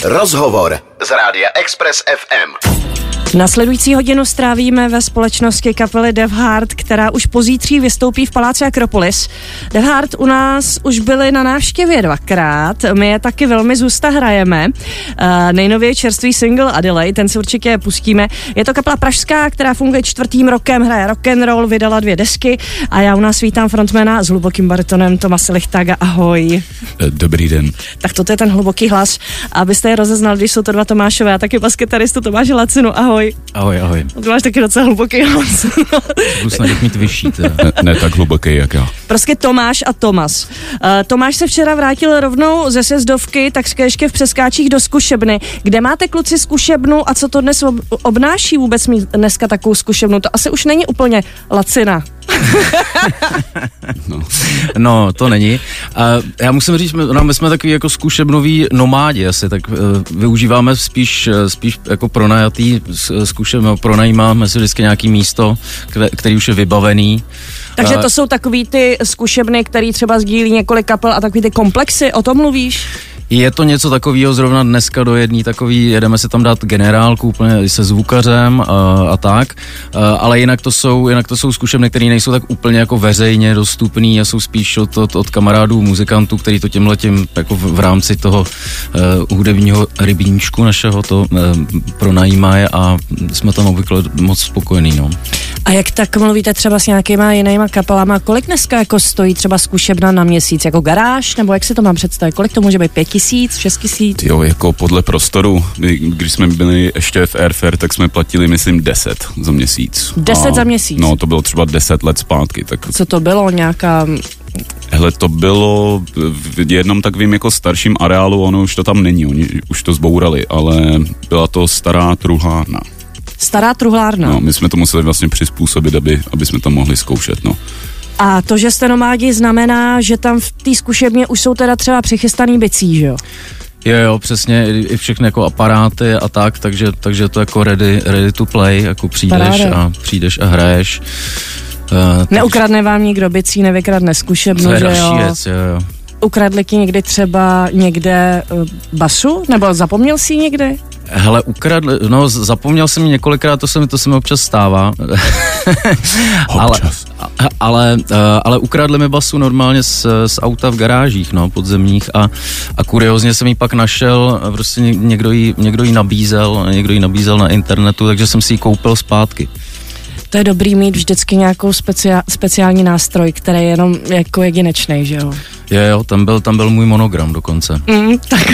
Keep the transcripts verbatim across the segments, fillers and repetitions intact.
Rozhovor z Rádia Express F M. Nasledující hodinu strávíme ve společnosti kapely Dev Heart, která už pozítří vystoupí v paláci Akropolis. Dev Heart u nás už byli na návštěvě dvakrát, my je taky velmi zhusta hrajeme. Uh, nejnověji čerstvý single Adelaide, ten si určitě pustíme. Je to kapela pražská, která funguje čtvrtým rokem, hraje rock and roll, vydala dvě desky a já u nás vítám frontmana s hlubokým baritonem Tomase Lichtaga. Ahoj. Dobrý den. Tak toto je ten hluboký hlas, abyste je rozeznali, když jsou to dva Tomášové a taky baskytaristu Tomáše Lacinu. Ahoj. Ahoj, ahoj. Ty máš taky docela hluboký hlas. Budu snad mít vyšší. Ne, ne tak hluboký, jak já. Prostě Tomáš a Tomas. Uh, Tomáš se včera vrátil rovnou ze sjezdovky, tak ještě v přeskáčích do zkušebny. Kde máte kluci zkušebnu a co to dnes ob- obnáší vůbec mít dneska takovou zkušebnu? To asi už není úplně Lacina. no. no, to není. A já musím říct, no, my jsme takový jako zkušebnoví nomádi asi, tak uh, využíváme spíš, spíš jako pronajatý zkušebnu, pronajímáme si vždycky nějaký místo, který už je vybavený. Takže to jsou takový ty zkušebny, který třeba sdílí několik kapel a takový ty komplexy, o tom mluvíš? Je to něco takového, zrovna dneska do jedný takový, jedeme si tam dát generálku úplně se zvukařem a, a tak, a, ale jinak to jsou, jinak to jsou zkušebny, které nejsou tak úplně jako veřejně dostupný a jsou spíš od, od, od kamarádů, muzikantů, který to tímhletím jako v, v rámci toho uh, hudebního rybníčku našeho to uh, pronajímají a jsme tam obvykle moc spokojení, no. A jak tak mluvíte třeba s nějakýma jinýma kapelama, kolik dneska jako stojí třeba zkušebna na měsíc, jako garáž, nebo jak si to mám představit, kolik to může být, pět tisíc, šest tisíc? Jo, jako podle prostoru, když jsme byli ještě v Airfair, tak jsme platili, myslím, deset za měsíc. Deset za měsíc? No, to bylo třeba deset let zpátky. Tak... Co to bylo, nějaká... Hele, to bylo v jednom takovým jako starším areálu, ono už to tam není, oni už to zbourali, ale byla to stará truhlárna. Stará truhlárna. No, my jsme to museli vlastně přizpůsobit, aby, aby jsme tam mohli zkoušet, no. A to, že jste nomádi, znamená, že tam v té zkušebně už jsou teda třeba přichystaný bicí, že jo? Jo, jo, přesně, i všechny jako aparáty a tak, takže, takže to jako ready, ready to play, jako přijdeš Paráde. a přijdeš a hraješ. Uh, Neukradne vám nikdo bicí, nevykradne zkušebnu, že jo? Věc, jo, jo. Ukradli ti někdy třeba někde uh, basu? Nebo zapomněl jsi ji někdy? Hele, ukradli, no zapomněl jsem několikrát, to se mi, to se mi občas stává. Občas. ale, ale, ale ukradli mi basu normálně z, z auta v garážích, no, podzemních a, a kuriózně jsem ji pak našel, prostě někdo ji, někdo ji nabízel, někdo ji nabízel na internetu, takže jsem si ji koupil zpátky. To je dobrý mít vždycky nějakou specia, speciální nástroj, který je jenom jako jedinečnej, že jo? Jo, jo, tam byl, tam byl můj monogram dokonce. Mm, tak.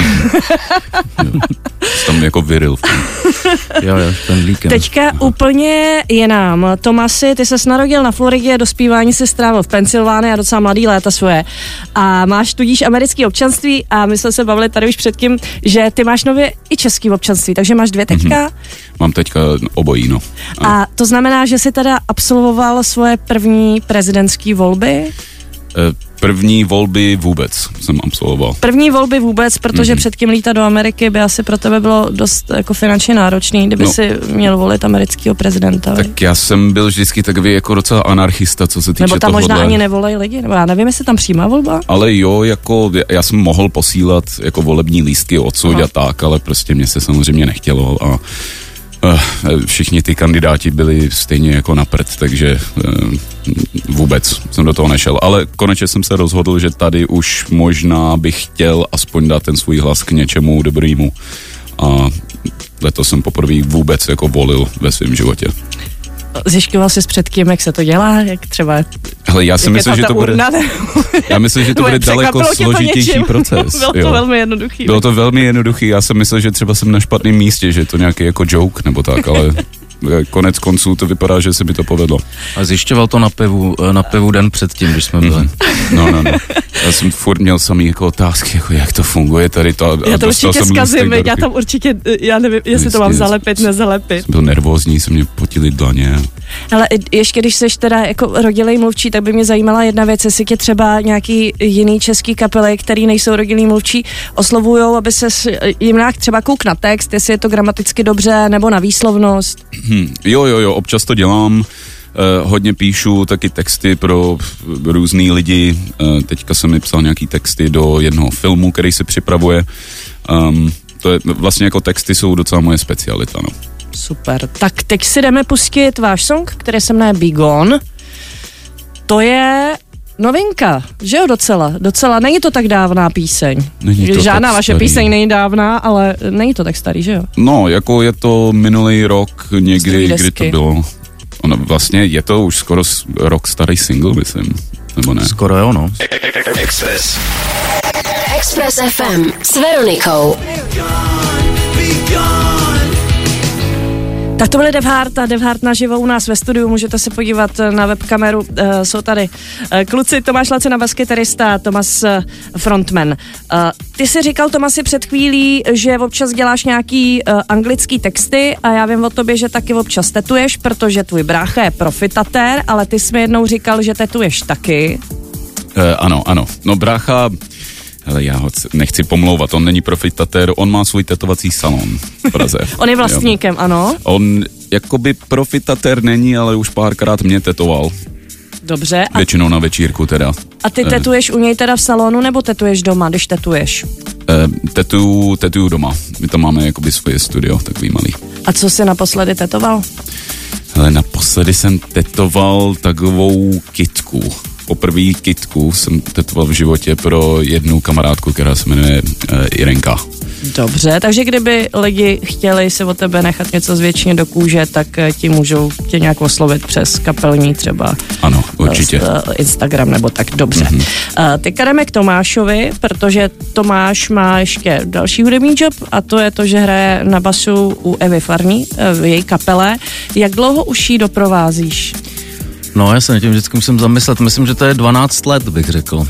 Jsi tam jako vyril. Jo, jo, ten líkem. Teďka Aha. úplně jinam. Tomasi, ty ses narodil na Floridě, dospívání si strávil v Pensylvánii a docela mladý léta svoje. A máš tudíž americké občanství a my jsme se bavili tady už předtím, že ty máš nově i český občanství, takže máš dvě teďka? Mm-hmm. Mám teďka obojí, no. A... a to znamená, že jsi teda absolvoval svoje první prezidentské volby? První volby vůbec jsem absolvoval. První volby vůbec, protože mm-hmm. předtím lítat do Ameriky by asi pro tebe bylo dost jako finančně náročný, kdyby no. si měl volit amerického prezidenta. Tak já jsem byl vždycky takový jako docela anarchista, co se týče Nebo tam tohodle. Možná ani nevolej lidi, nebo já nevím, jestli tam přímá volba. Ale jo, jako já jsem mohl posílat jako volební lístky odsud a tak, ale prostě mě se samozřejmě nechtělo a všichni ty kandidáti byli stejně jako na prd, takže vůbec jsem do toho nešel. Ale konečně jsem se rozhodl, že tady už možná bych chtěl aspoň dát ten svůj hlas k něčemu dobrýmu. A letos jsem poprvé vůbec jako volil ve svém životě. Zjišťoval jsi předtím, jak se to dělá, jak třeba... Hele, já si myslím, že to bude... Já myslím, že to bude daleko složitější proces. Bylo to jo. velmi jednoduchý. Bylo to velmi jednoduchý, já jsem myslel, že třeba jsem na špatném místě, že je to nějaký jako joke nebo tak, ale konec konců to vypadá, že se mi to povedlo. A zjišťoval to na pivu, na pivu den předtím, když jsme byli. No, no, no. Já jsem furt měl samý jako otázky, jako jak to funguje tady to. Já to určitě zkazím, já tam určitě, já nevím, jestli to mám zalepit, nezalepit. Jsem byl nervózní, se mě potily dlaně. Ale ještě když seš teda jako rodilej mluvčí, tak by mě zajímala jedna věc, jestli tě třeba nějaký jiný český kapely, který nejsou rodilý mluvčí, oslovujou, aby se jim nějak třeba kouk na text, jestli je to gramaticky dobře, nebo na výslovnost. Hmm, jo, jo, jo, občas to dělám. Uh, hodně píšu taky texty pro různý lidi. Uh, teďka jsem mi psal nějaký texty do jednoho filmu, který se připravuje. Um, to je, vlastně jako texty jsou docela moje specialita, no. Super, tak teď si jdeme pustit váš song, který se jmenuje Be Gone. To je novinka, že jo, docela, docela, není to tak dávná píseň. Není to Žádná tak vaše starý. Píseň není dávná, ale není to tak starý, že jo? No, jako je to minulý rok někdy, desky. kdy to bylo. Ono vlastně je to už skoro s- rok starý single, myslím, nebo ne? Skoro jo, no. Express. Express F M s Veronikou. Tak to byly Devhard a Devhard naživo u nás ve studiu, můžete se podívat na webkameru, uh, jsou tady uh, kluci, Tomáš Lacina, baskytarista, Tomas uh, frontman. Uh, ty jsi říkal, Tomasi, před chvílí, že občas děláš nějaký uh, anglický texty a já vím o tobě, že taky občas tetuješ, protože tvůj brácha je profitatér, ale ty jsi mi jednou říkal, že tetuješ taky. E, ano, ano. No brácha, hele, já ho c- nechci pomlouvat, on není profitatér, on má svůj tetovací salon v Praze. On je vlastníkem, Jo. ano. On jakoby profitatér není, ale už párkrát mě tetoval. Dobře. A, Většinou na večírku teda. a ty Eh. tetuješ u něj teda v salonu, nebo tetuješ doma, když tetuješ? E, tetuju, tetuju doma. My tam máme jakoby svoje studio, takový malý. A co jsi naposledy tetoval? Ale naposledy jsem tetoval takovou kitku. Poprvé kitku jsem tetoval v životě pro jednu kamarádku, která se jmenuje uh, Irenka. Dobře, takže kdyby lidi chtěli si od tebe nechat něco zvětšeně do kůže, tak eh, ti můžou tě nějak oslovit přes kapelní třeba Ano, určitě. eh, Instagram nebo tak, dobře. Mm-hmm. Teďka jdeme k Tomášovi, protože Tomáš má ještě další hudební job a to je to, že hraje na basu u Evy Farní eh, v její kapele. Jak dlouho už jí doprovázíš? No, já se na tím vždycky musím zamyslet, myslím, že to je dvanáct let, bych řekl.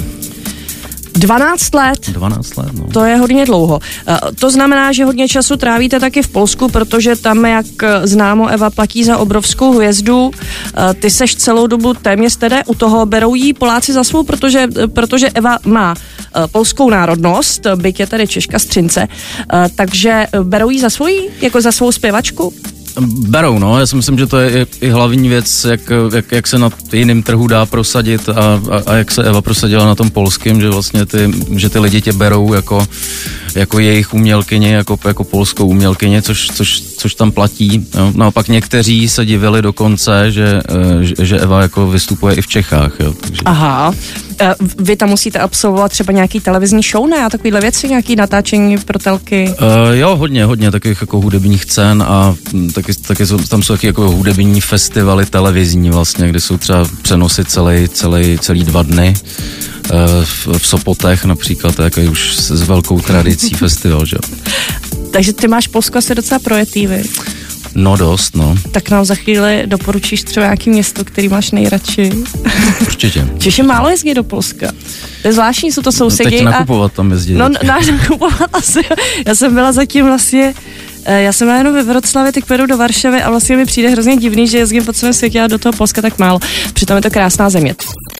dvanáct let? dvanáct let, no. To je hodně dlouho. Eh, To znamená, že hodně času trávíte taky v Polsku, protože tam, jak eh, známo, Eva platí za obrovskou hvězdu. Eh, Ty seš celou dobu téměř tedy u toho, berou jí Poláci za svou, protože, eh, protože Eva má eh, polskou národnost, byť je tedy Češka z Třince, eh, takže eh, berou jí za svojí, jako za svou zpěvačku? Berou, no, já si myslím, že to je i, i hlavní věc, jak, jak, jak se na jiném trhu dá prosadit a, a, a jak se Eva prosadila na tom polském, že vlastně ty, že ty lidi tě berou jako, jako jejich umělkyně, jako, jako polskou umělkyně, což, což, což tam platí. Jo. Naopak někteří se divili dokonce, že, že, že Eva jako vystupuje i v Čechách. Jo, takže. Aha. Eh, Vy tam musíte absolvovat třeba nějaký televizní show, ne? A takovýhle věci, nějaký natáčení pro telky? Uh, jo, hodně, hodně takových jako hudebních cen a mm, taky, taky jsou, tam jsou taky jako hudební festivaly televizní vlastně, kde jsou třeba přenosy celý, celý, celý dva dny. Uh, v, v Sopotech například, to je jako už s, s velkou tradicí festival, že jo. Takže ty máš Polsko asi docela projetý, vy. No dost, no, Tak nám za chvíli doporučíš třeba nějaký město, který máš nejradši. určitě. Češi málo jezdí do Polska. To je zvláštní, jsou to sousedí. Teď nakupovat tam jezdit. No, náš nakupovat asi. Já jsem byla zatím vlastně, eh, já jsem byla jenom ve Vroclavě, teď pojedu do Varšavy a vlastně mi přijde hrozně divný, že jezdím po celém světě a do toho Polska tak málo. Přitom je to krásná země.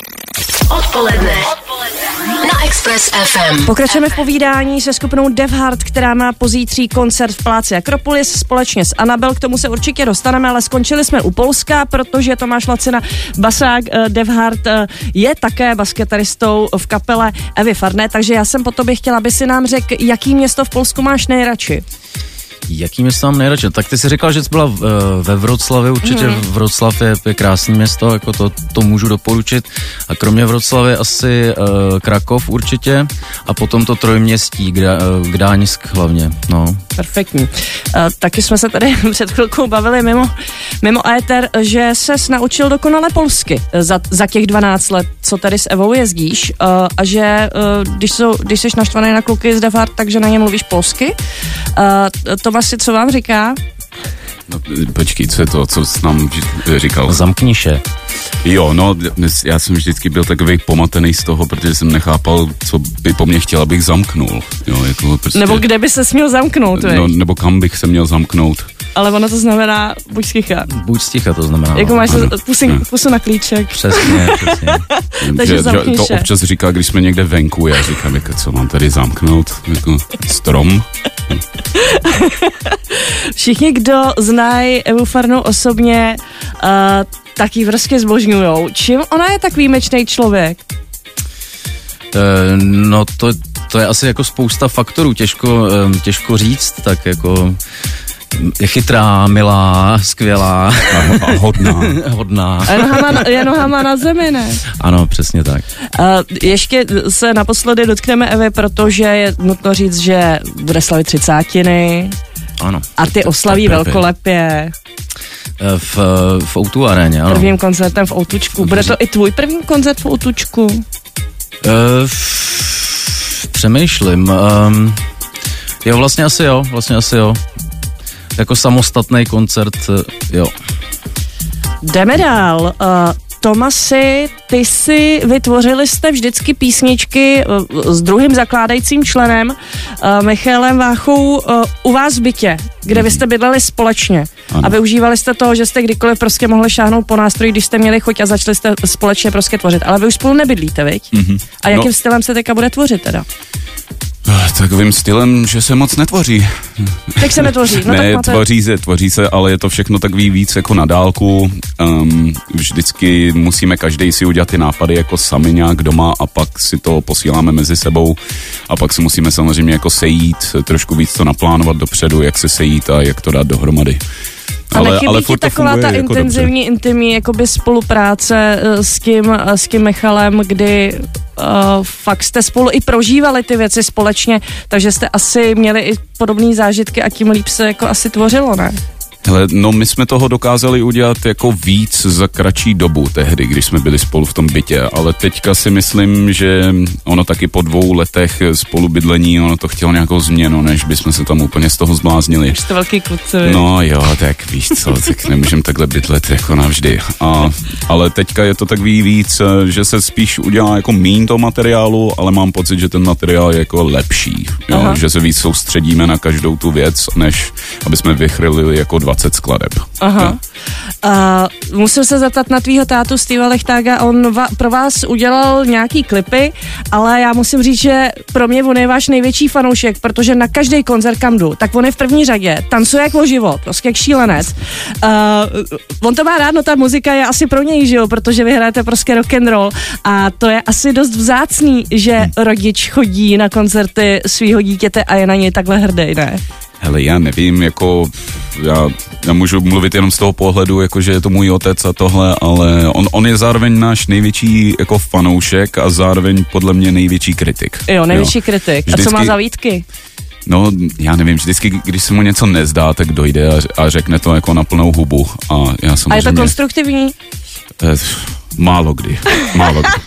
Odpoledne na Express F M. Pokračujeme v povídání se skupinou Devhard, která má pozítří koncert v Paláci Akropolis společně s Anabel. K tomu se určitě dostaneme, ale skončili jsme u Polska, protože Tomáš Lacina, basák eh, Devhard, eh, je také baskytaristou v kapele Evy Farné, takže já jsem po tobě chtěla, aby si nám řekl, jaký město v Polsku máš nejradši. Jaký město mám nejradši? Tak ty jsi říkal, že jsi byla v, ve Vroclavě, určitě Mhm. mm. Vroclav je, je krásné město, jako to, to můžu doporučit. A kromě Vroclavy asi uh, Krakov určitě a potom to trojměstí, Gda, uh, Gdaňsk hlavně, no. Perfektní. Uh, taky jsme se tady před chvilkou bavili mimo, mimo éter, že ses naučil dokonale polsky za, za těch dvanáct let, co tady s Evou jezdíš uh, a že uh, když, jsou, když jsi naštvaný na kluky z Devhard, takže na ně mluvíš polsky. Uh, Tomasi, co vám říká? No, počkej, co je to, co jsi nám říkal? Zamkni se. Jo, no, dnes, já jsem vždycky byl takový pomatený z toho, protože jsem nechápal, co by po mně chtěl, abych zamknul. Jo, jako prostě, Nebo kde by se směl zamknout, no, nebo kam bych se měl zamknout. ale ono to znamená buď sticha. Buď sticha, to znamená. Jako no. máš ano. pusu, Ano. pusu na klíček. Přesně, přesně. Takže že, že zamkni to se. občas říká, když jsme někde venku, já říkám, jako, co mám tady zamknout, jako strom. Všichni, kdo znají Evu Farnou osobně, uh, tak ji prostě zbožňujou. Čím ona je tak výjimečný člověk? E, no to, to je asi jako spousta faktorů, těžko, těžko říct, tak jako je chytrá, milá, skvělá. A, a hodná. hodná. A je nohama, je nohama na zemi, ne? Ano, přesně tak. Uh, ještě se naposledy dotkneme Evy, protože je nutno říct, že bude slavit třicátiny. Ano. A ty oslaví velkolepě. V, v ó dva aréně, ano. Prvním koncertem v Outučku. Bude to i tvůj první koncert v Outučku? Uh, přemýšlím. Um, jo, vlastně asi jo, vlastně asi jo. Jako samostatný koncert, jo. Jdeme dál. Uh, Tomasi, ty si vytvořili jste vždycky písničky uh, s druhým zakládajícím členem uh, Michaelem Váchou uh, u vás v bytě, kde mm-hmm. vy jste bydleli společně. Ano. A využívali jste toho, že jste kdykoliv prostě mohli šáhnout po nástroji, když jste měli chuť a začali jste společně prostě tvořit. Ale vy už spolu nebydlíte, viď? Mm-hmm. A jakým no. stylem se teďka bude tvořit teda? Takovým stylem, že se moc netvoří. Tak se netvoří. No ne, tak máte... tvoří se, tvoří se, ale je to všechno takový víc jako na dálku. Um, vždycky musíme každý si udělat ty nápady jako sami nějak doma a pak si to posíláme mezi sebou a pak si musíme samozřejmě jako sejít, trošku víc to naplánovat dopředu, jak se sejít a jak to dát dohromady. A ale, nechybí ale ti taková ta jako intenzivní, dobře. intimní jakoby spolupráce s tím, s tím Michalem, kdy uh, fakt jste spolu i prožívali ty věci společně, takže jste asi měli i podobné zážitky a tím líp se jako asi tvořilo, ne? Hele, no my jsme toho dokázali udělat jako víc za kratší dobu tehdy, když jsme byli spolu v tom bytě, ale teďka si myslím, že ono taky po dvou letech spolubydlení, ono to chtělo nějakou změnu, než bychom se tam úplně z toho zbláznili. Už to velký kluci. No jo, tak víš co, tak nemůžeme takhle bydlet jako navždy. A, ale teďka je to takový víc, že se spíš udělá jako míň toho materiálu, ale mám pocit, že ten materiál je jako lepší, jo? Že se víc soustředíme na každou tu věc, než aby jsme vychrlili jako dvacet skladeb. Aha. Uh, musím se zeptat na tvýho tátu Steva Lechtága, on va, pro vás udělal nějaký klipy, ale já musím říct, že pro mě on je váš největší fanoušek, protože na každý koncert, kam jdu, tak on je v první řadě, tancuje jak o život, prostě jak šílenec. Uh, on to má rád, no ta muzika je asi pro něj, že jo, protože vy hrajete prostě rock and roll a to je asi dost vzácný, že rodič chodí na koncerty svýho dítěte a je na něj takhle hrdý, ne? Hele, já nevím, jako já, já můžu mluvit jenom z toho pohledu, jako že je to můj otec a tohle, ale on, on je zároveň náš největší jako fanoušek a zároveň podle mě největší kritik. Jo, největší jo. kritik. Vždycky, a co má za výtky? No, já nevím, vždycky, když se mu něco nezdá, tak dojde a, a řekne to jako na plnou hubu. A, já samozřejmě, a je to konstruktivní? Eh, málo kdy, málo kdy.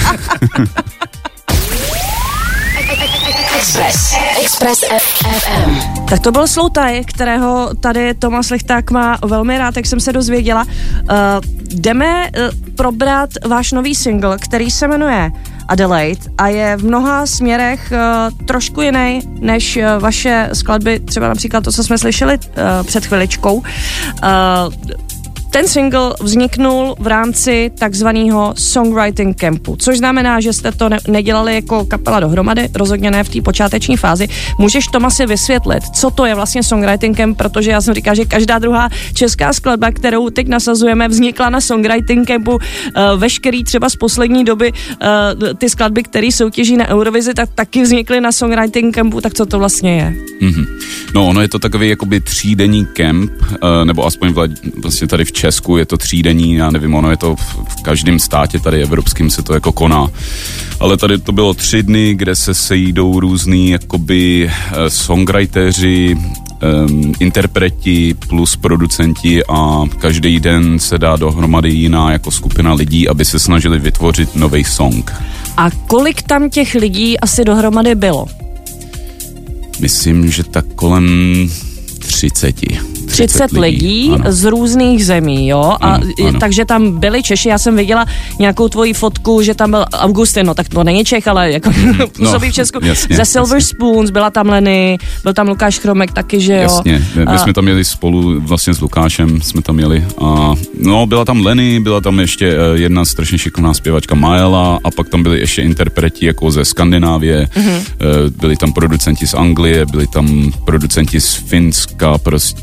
Express. Express F M. Tak to byl Sloutaj, kterého tady Tomas Lechták má velmi rád, jak jsem se dozvěděla. Uh, jdeme uh, probrat váš nový single, který se jmenuje Adelaide a je v mnoha směrech uh, trošku jiný než uh, vaše skladby, třeba například to, co jsme slyšeli uh, před chviličkou. Uh, Ten single vzniknul v rámci takzvaného songwriting campu, což znamená, že jste to ne- nedělali jako kapela dohromady, rozhodně ne v té počáteční fázi. Můžeš Tomasi vysvětlit, co to je vlastně songwriting camp, protože já jsem říkal, že každá druhá česká skladba, kterou teď nasazujeme, vznikla na songwriting campu. Uh, veškerý třeba z poslední doby uh, ty skladby, které soutěží na Eurovizi, tak taky vznikly na songwriting campu, tak co to vlastně je? Mm-hmm. No ono je to takový jakoby třídenní kemp, uh, nebo aspoň vlastně tady v Česku je to třídenní, já nevím, ono je to v, v každém státě tady evropským se to jako koná. Ale tady to bylo tři dny, kde se sejdou různý jakoby uh, songwriteři, um, interpreti plus producenti a každý den se dá dohromady jiná jako skupina lidí, aby se snažili vytvořit nový song. A kolik tam těch lidí asi dohromady bylo? Myslím, že tak kolem třiceti. třicet lidí ano. z různých zemí, jo? A ano, ano. Takže tam byli Češi, já jsem viděla nějakou tvoji fotku, že tam byl Augustin, no tak to není Čech, ale jako působí no, v Česku. Jasně, Ze Silver jasně. Spoons byla tam Leny, byl tam Lukáš Chromek taky, že jo? Jasně, my a... jsme tam jeli spolu vlastně s Lukášem, jsme tam jeli a no, byla tam Leny, byla tam ještě jedna strašně šikovná zpěvačka Maela a pak tam byli ještě interpreti jako ze Skandinávie, mm-hmm. byli tam producenti z Anglie, byli tam producenti z Finska, prostě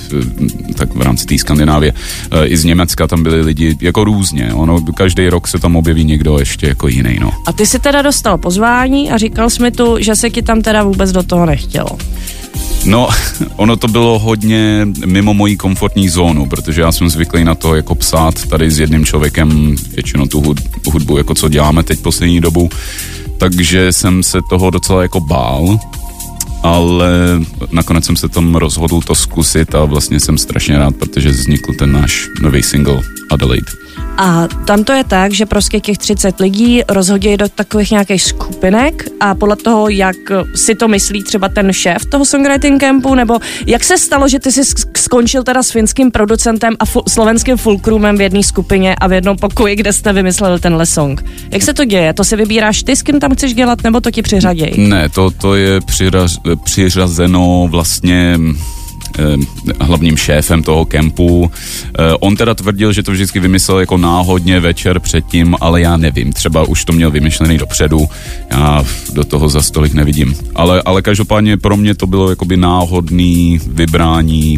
tak v rámci té Skandinávie. I z Německa tam byli lidi jako různě. Ono, každý rok se tam objeví někdo ještě jako jiný, no. A ty si teda dostal pozvání a říkal jsi mi tu, že se ti tam teda vůbec do toho nechtělo. No, ono to bylo hodně mimo mojí komfortní zónu, protože já jsem zvyklý na to jako psát tady s jedním člověkem většinou tu hudbu, jako co děláme teď poslední dobu, takže jsem se toho docela jako bál, ale nakonec jsem se tam rozhodl to zkusit a vlastně jsem strašně rád, protože vznikl ten náš nový single Adelaide. A tam to je tak, že prostě těch třicet lidí rozhodí do takových nějakých skupinek a podle toho, jak si to myslí třeba ten šéf toho songwriting campu, nebo jak se stalo, že ty jsi skončil teda s finským producentem a fu- slovenským fulcrumem v jedné skupině a v jednom pokoji, kde jste vymysleli tenhle song. Jak se to děje? To si vybíráš ty, s kým tam chceš dělat, nebo to ti přiřadějí? Ne, to, to je přiraz, přiřazeno vlastně hlavním šéfem toho kempu. On teda tvrdil, že to vždycky vymyslel jako náhodně večer předtím, ale já nevím, třeba už to měl vymyšlený dopředu, já do toho za stolik nevidím. Ale, ale každopádně pro mě to bylo jakoby náhodný vybrání,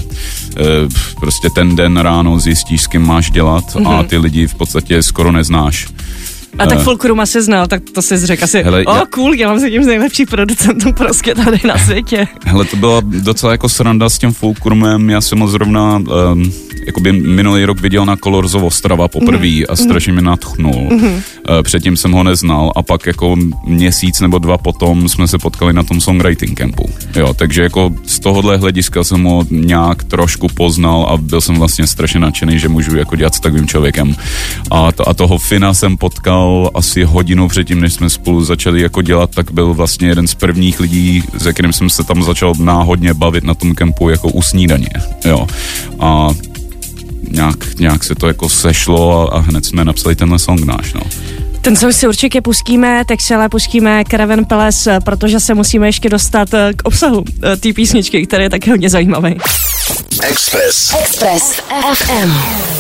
prostě ten den ráno zjistíš, s kým máš dělat mm-hmm. a ty lidi v podstatě skoro neznáš. A tak Fulcrum asi znal, tak to si řekl asi, hele, o já... cool, dělám se tím z nejlepších producentů prostě tady na světě. Hele, to byla docela jako sranda s tím Fulcrumem, já jsem ho zrovna um, jakoby minulý rok viděl na Colors of Ostrava poprvé mm. a strašně mě nadchnul. Mm. Uh, předtím jsem ho neznal a pak jako měsíc nebo dva potom jsme se potkali na tom songwriting campu. Jo, takže jako z tohohle hlediska jsem ho nějak trošku poznal a byl jsem vlastně strašně nadšený, že můžu jako dělat s takovým člověkem. A, to, a toho Fina jsem potkal asi hodinu předtím, než jsme spolu začali jako dělat, tak byl vlastně jeden z prvních lidí, se kterým jsem se tam začal náhodně bavit na tom kempu jako u snídaně. Jo. A nějak, nějak se to jako sešlo a, a hned jsme napsali tenhle song náš, no. Ten song si určitě pustíme, tak si ale pustíme Caravan Palace, protože se musíme ještě dostat k obsahu té písničky, který je taky hodně zajímavý. Express. Express ef em.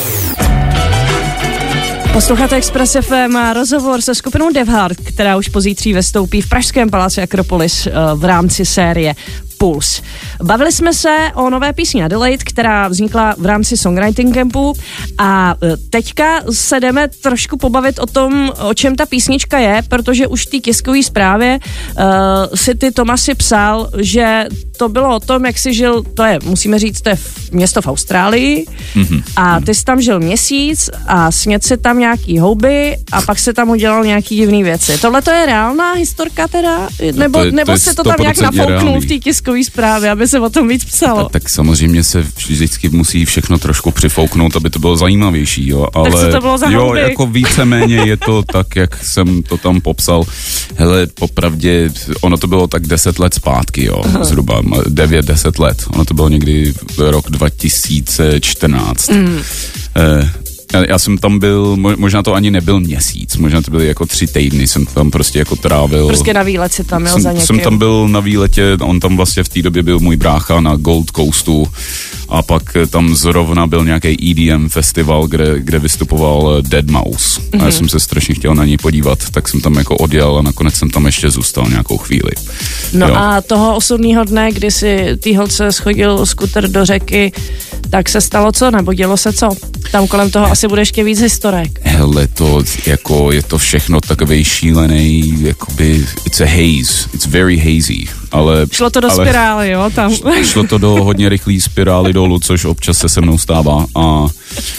Posloucháte Express ef em a rozhovor se skupinou Devheart, která už pozítří vystoupí v pražském paláci Akropolis v rámci série Puls. Bavili jsme se o nové písni Adelaide, která vznikla v rámci songwriting campu a teďka se jdeme trošku pobavit o tom, o čem ta písnička je, protože už v té tiskové zprávě uh, si ty, Tomasi, psal, že to bylo o tom, jak jsi žil, to je, musíme říct, to je město v Austrálii mm-hmm. a ty jsi tam žil měsíc a snědl si tam nějaký houby a pak se tam udělal nějaký divný věci. Tohle to je reálná historka teda? Nebo, to je, nebo to se to tam nějak nafouknul v té tiskové zprávě, aby se o tom víc psalo? Tak, tak samozřejmě se vždycky musí všechno trošku přifouknout, aby to bylo zajímavější, jo. Ale tak co to bylo za jo, houby? jako víceméně je to tak, jak jsem to tam popsal. Hele, popravdě, ono to bylo tak deset let zpátky, jo, aha. zhruba devět deset let. Ono to bylo někdy v rok dva tisíce čtrnáct. Mm. Eh, Já jsem tam byl, možná to ani nebyl měsíc, možná to byly jako tři týdny, jsem tam prostě jako trávil. Prostě na výlet si tam jel jsem, za někým. Jsem tam byl na výletě, on tam vlastně v té době byl můj brácha na Gold Coastu a pak tam zrovna byl nějaký E D M festival, kde, kde vystupoval deadmau five. Mm-hmm. A já jsem se strašně chtěl na něj podívat, tak jsem tam jako odjel a nakonec jsem tam ještě zůstal nějakou chvíli. No jo. A toho osudného dne, kdy si tý holce schodil skuter do řeky, tak se stalo co? Nebo dělo se co? Tam kolem toho asi bude ještě víc historek. Hele, to jako je to všechno takovej šílený, jakoby, it's a haze, it's very hazy, ale... Šlo to do ale, spirály, jo, tam. Šlo to do hodně rychlý spirály dolů, což občas se se mnou stává a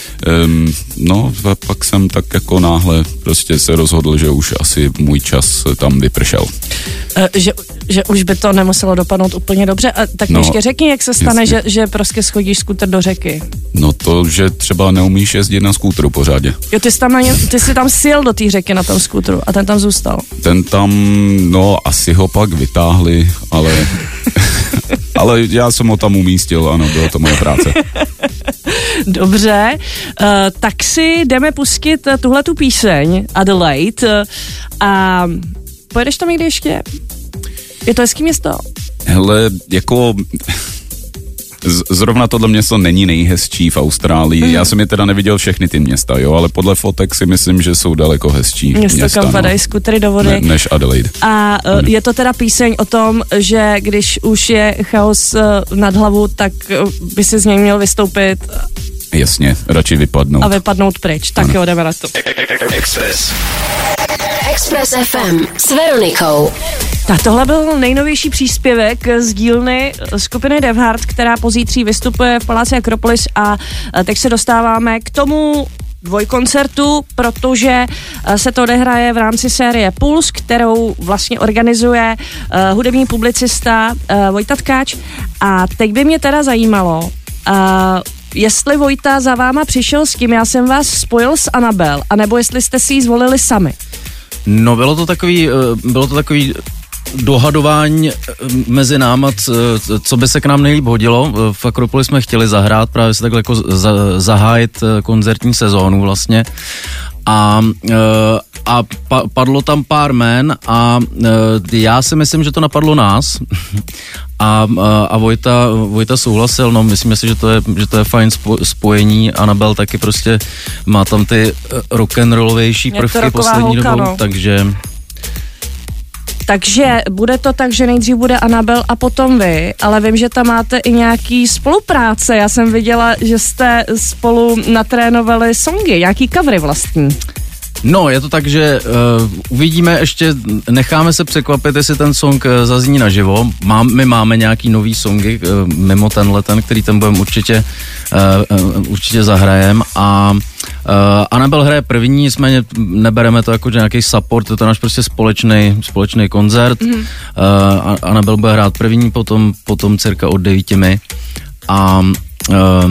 um, no, pak jsem tak jako náhle prostě se rozhodl, že už asi můj čas tam vypršel. Uh, že, že už by to nemuselo dopadnout úplně dobře, uh, tak no, ještě řekni, jak se stane, že, že prostě schodíš skuter do řeky. No to, že třeba neumíš jezdit na skútru pořádě. Jo, ty jsi tam, na ně, ty jsi tam sjel do té řeky na tom skútru a ten tam zůstal. Ten tam, no asi ho pak vytáhli, ale, ale já jsem ho tam umístil, ano, byla to moje práce. Dobře, uh, tak si jdeme pustit uh, tuhletu píseň Adelaide uh, a pojedeš tam někdy ještě? Je to hezký město? Hele, jako... Z, zrovna tohle město není nejhezčí v Austrálii. Mm. Já jsem je teda neviděl všechny ty města, jo, ale podle fotek si myslím, že jsou daleko hezčí město, města. kam padají skutery do vody. Ne, než Adelaide. A uh, je to teda píseň o tom, že když už je chaos uh, nad hlavu, tak uh, by si z něj měl vystoupit. Jasně, radši vypadnout. A vypadnout pryč. Tak ano. Jo, jdeme na to. Express. Express F M s Veronikou. Tak tohle byl nejnovější příspěvek z dílny skupiny Devhard, která pozítří vystupuje v Paláci Akropolis a teď se dostáváme k tomu dvojkoncertu, protože se to odehraje v rámci série Puls, kterou vlastně organizuje uh, hudební publicista uh, Vojta Tkáč. A teď by mě teda zajímalo, uh, jestli Vojta za váma přišel s tím, já jsem vás spojil s Anabel, anebo jestli jste si ji zvolili sami. No bylo to takový, bylo to takový dohadování mezi náma, co by se k nám nejlíp hodilo. V Akropoli jsme chtěli zahrát, právě se takhle jako zahájit koncertní sezónu vlastně. A, a padlo tam pár jmen a já si myslím, že to napadlo nás a, a Vojta, Vojta souhlasil, no myslím si, že to je, že to je fajn spojení. Anabel taky prostě má tam ty rock'n'rollovější prvky poslední dobou, no. takže... Takže bude to tak, že nejdřív bude Anabel a potom vy, ale vím, že tam máte i nějaký spolupráce. Já jsem viděla, že jste spolu natrénovali songy, nějaký covery vlastní. No, je to tak, že uh, uvidíme ještě, necháme se překvapit, jestli ten song uh, zazní naživo. Mám, my máme nějaký nový songy uh, mimo tenhle ten, který tam budeme určitě, uh, uh, určitě zahrajem a uh, Anabel hraje první, nicméně nebereme to jako nějaký support, je to náš prostě společný společný koncert. Mm. Uh, Anabel bude hrát první, potom, potom cirka od devíti my a uh,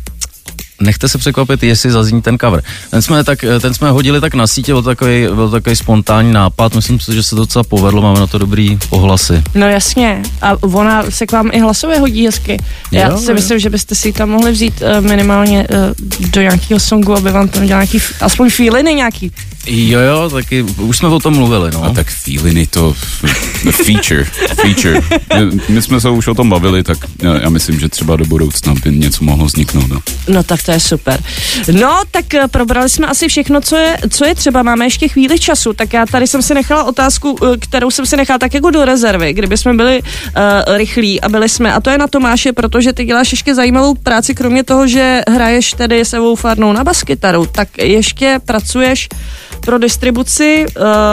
nechte se překvapit, jestli zazní ten cover. Ten jsme, tak, ten jsme hodili tak na sítě, byl takový, byl takový spontánní nápad, myslím si, že se to docela povedlo, máme na to dobrý ohlasy. No jasně, a ona se k vám i hlasově hodí hezky. Já jo, si jo. myslím, že byste si ji tam mohli vzít uh, minimálně uh, do nějakého songu, aby vám tam dělal nějaký, aspoň feeliny nějaký. Jo, jo, taky, už jsme o tom mluvili, no. A tak feeliny to, feature, feature. My, my jsme se už o tom bavili, tak já, já myslím, že třeba do budoucna by něco mohlo vzniknout, no. No tak to je super. No, tak probrali jsme asi všechno, co je, co je třeba, máme ještě chvíli času, tak já tady jsem si nechala otázku, kterou jsem si nechala tak jako do rezervy, kdyby jsme byli uh, rychlí a byli jsme, a to je na Tomáše, protože ty děláš ještě zajímavou práci, kromě toho, že hraješ tedy s Evou Farnou na baskytaru, tak ještě pracuješ pro distribuci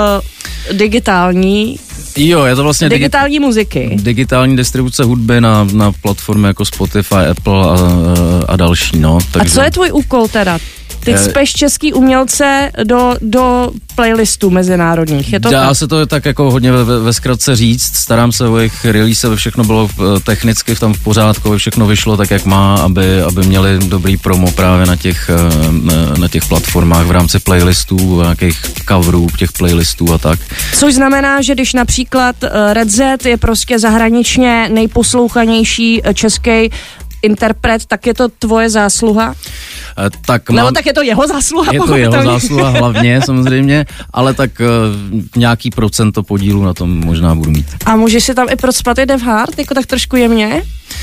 uh, digitální Jo, je to vlastně digitální digi- muziky. Digitální distribuce hudby na, na platformy jako Spotify, Apple a, a další, no. Takže... A co je tvůj úkol teda? Ty je... cpeš český umělce do, do playlistů mezinárodních, je to Dá tak? se to tak jako hodně ve, ve zkratce říct, starám se o jejich release, aby všechno bylo technicky tam v pořádku, aby všechno vyšlo tak, jak má, aby, aby měli dobrý promo právě na těch, na těch platformách v rámci playlistů, nějakých coverů těch playlistů a tak. Což znamená, že když například Red Z je prostě zahraničně nejposlouchanější český interpret, tak je to tvoje zásluha? Tak mám, Nebo tak je to jeho zásluha? Je to jeho zásluha hlavně, samozřejmě, ale tak uh, nějaký procento podílu na tom možná budu mít. A můžeš si tam i procpat i Devhard, jako tak trošku jemně?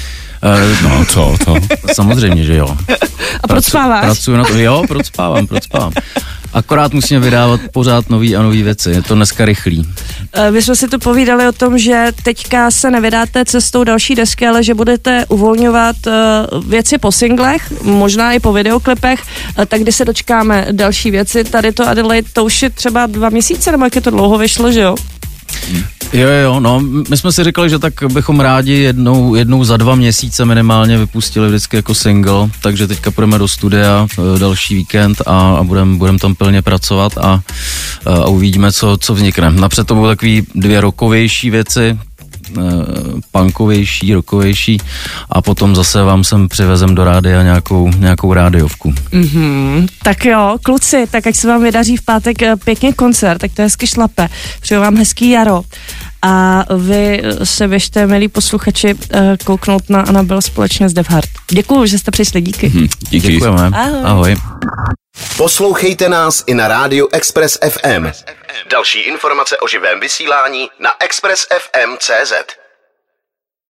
Uh, no, to, to, samozřejmě, že jo. A procpáváš? Pracuji na to, jo, procpávám, procpávám. Akorát musíme vydávat pořád nový a nový věci, je to dneska rychlý. My jsme si tu povídali o tom, že teďka se nevydáte cestou další desky, ale že budete uvolňovat věci po singlech, možná i po videoklipech, tak kdy se dočkáme další věci. Tady to Adelaide, to už je třeba dva měsíce, nebo jak je to dlouho vyšlo, že jo? Jo, jo, no, my jsme si říkali, že tak bychom rádi jednou, jednou za dva měsíce minimálně vypustili vždycky jako single, takže teďka půjdeme do studia další víkend a, a budeme budem tam plně pracovat a, a uvidíme, co, co vznikne. Napřed to budou takový dvě rockovější věci, punkovější, rockovější a potom zase vám sem přivezem do rádia nějakou, nějakou rádiovku. Mm-hmm. Tak jo, kluci, tak ať se vám vydaří v pátek pěkně koncert, tak to hezky šlape. Přeju vám hezký jaro. A vy se běžte, milí posluchači, kouknout na Anabel společně s Devhard. Děkuju, že jste přišli, díky. Mm, díky. Děkujeme. Ahoj. Ahoj. Poslouchejte nás i na rádiu Express F M. Další informace o živém vysílání na express f m tečka cé zet.